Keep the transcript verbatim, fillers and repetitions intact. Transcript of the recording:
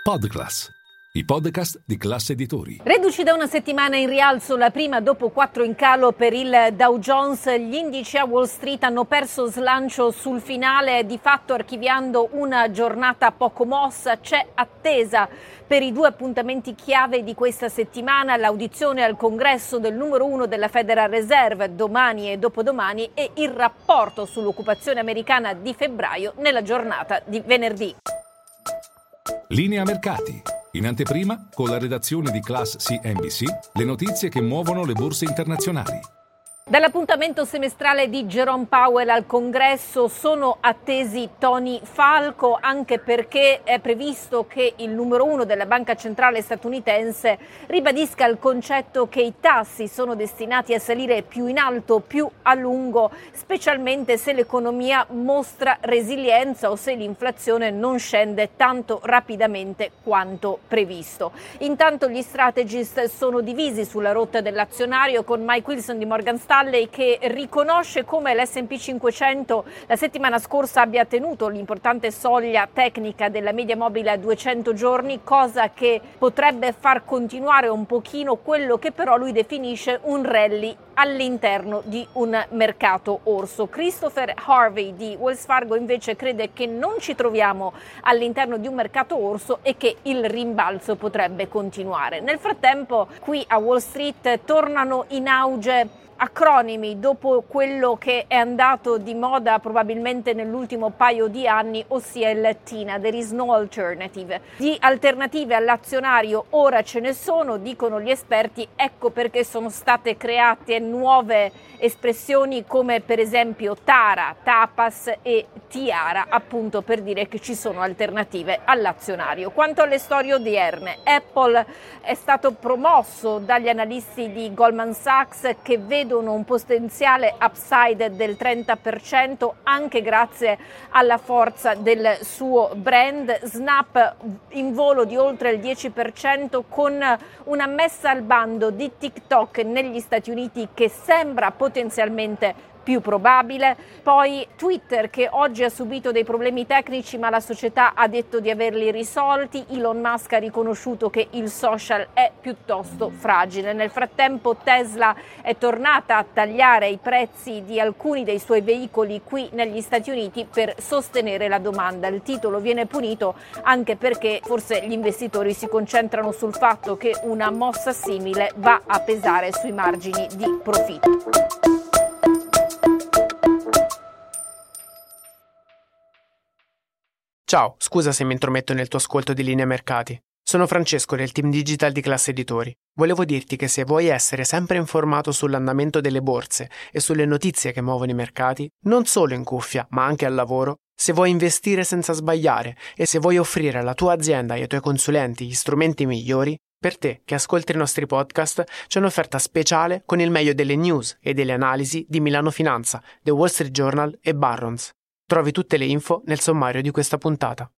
Podclass, i podcast di Class Editori. Reduci da una settimana in rialzo, la prima dopo quattro in calo per il Dow Jones, gli indici a Wall Street hanno perso slancio sul finale, di fatto archiviando una giornata poco mossa. C'è attesa per i due appuntamenti chiave di questa settimana, l'audizione al congresso del numero uno della Federal Reserve domani e dopodomani e il rapporto sull'occupazione americana di febbraio nella giornata di venerdì. Linea mercati. In anteprima, con la redazione di Class C N B C, le notizie che muovono le borse internazionali. Dall'appuntamento semestrale di Jerome Powell al congresso sono attesi toni falco, anche perché è previsto che il numero uno della banca centrale statunitense ribadisca il concetto che i tassi sono destinati a salire più in alto, più a lungo, specialmente se l'economia mostra resilienza o se l'inflazione non scende tanto rapidamente quanto previsto. Intanto gli strategist sono divisi sulla rotta dell'azionario, con Mike Wilson di Morgan Stanley che riconosce come l'S and P cinquecento la settimana scorsa abbia tenuto l'importante soglia tecnica della media mobile a duecento giorni, cosa che potrebbe far continuare un pochino quello che però lui definisce un rally all'interno di un mercato orso. Christopher Harvey di Wells Fargo invece crede che non ci troviamo all'interno di un mercato orso e che il rimbalzo potrebbe continuare. Nel frattempo qui a Wall Street tornano in auge acronimi dopo quello che è andato di moda probabilmente nell'ultimo paio di anni, ossia il T I N A, There is no alternative. Di alternative all'azionario ora ce ne sono, dicono gli esperti, ecco perché sono state create nuove espressioni come per esempio Tara, Tapas e Tiara, appunto per dire che ci sono alternative all'azionario. Quanto alle storie odierne, Apple è stato promosso dagli analisti di Goldman Sachs che vedono un potenziale upside del trenta per cento anche grazie alla forza del suo brand. Snap in volo di oltre il dieci per cento con una messa al bando di TikTok negli Stati Uniti che sembra potenzialmente più probabile. Poi Twitter, che oggi ha subito dei problemi tecnici ma la società ha detto di averli risolti. Elon Musk ha riconosciuto che il social è piuttosto fragile. Nel frattempo Tesla è tornata a tagliare i prezzi di alcuni dei suoi veicoli qui negli Stati Uniti per sostenere la domanda. Il titolo viene punito anche perché forse gli investitori si concentrano sul fatto che una mossa simile va a pesare sui margini di profitto. Ciao, scusa se mi intrometto nel tuo ascolto di Linea Mercati. Sono Francesco del team digital di Class Editori. Volevo dirti che se vuoi essere sempre informato sull'andamento delle borse e sulle notizie che muovono i mercati, non solo in cuffia, ma anche al lavoro, se vuoi investire senza sbagliare e se vuoi offrire alla tua azienda e ai tuoi consulenti gli strumenti migliori, per te che ascolti i nostri podcast c'è un'offerta speciale con il meglio delle news e delle analisi di Milano Finanza, The Wall Street Journal e Barron's. Trovi tutte le info nel sommario di questa puntata.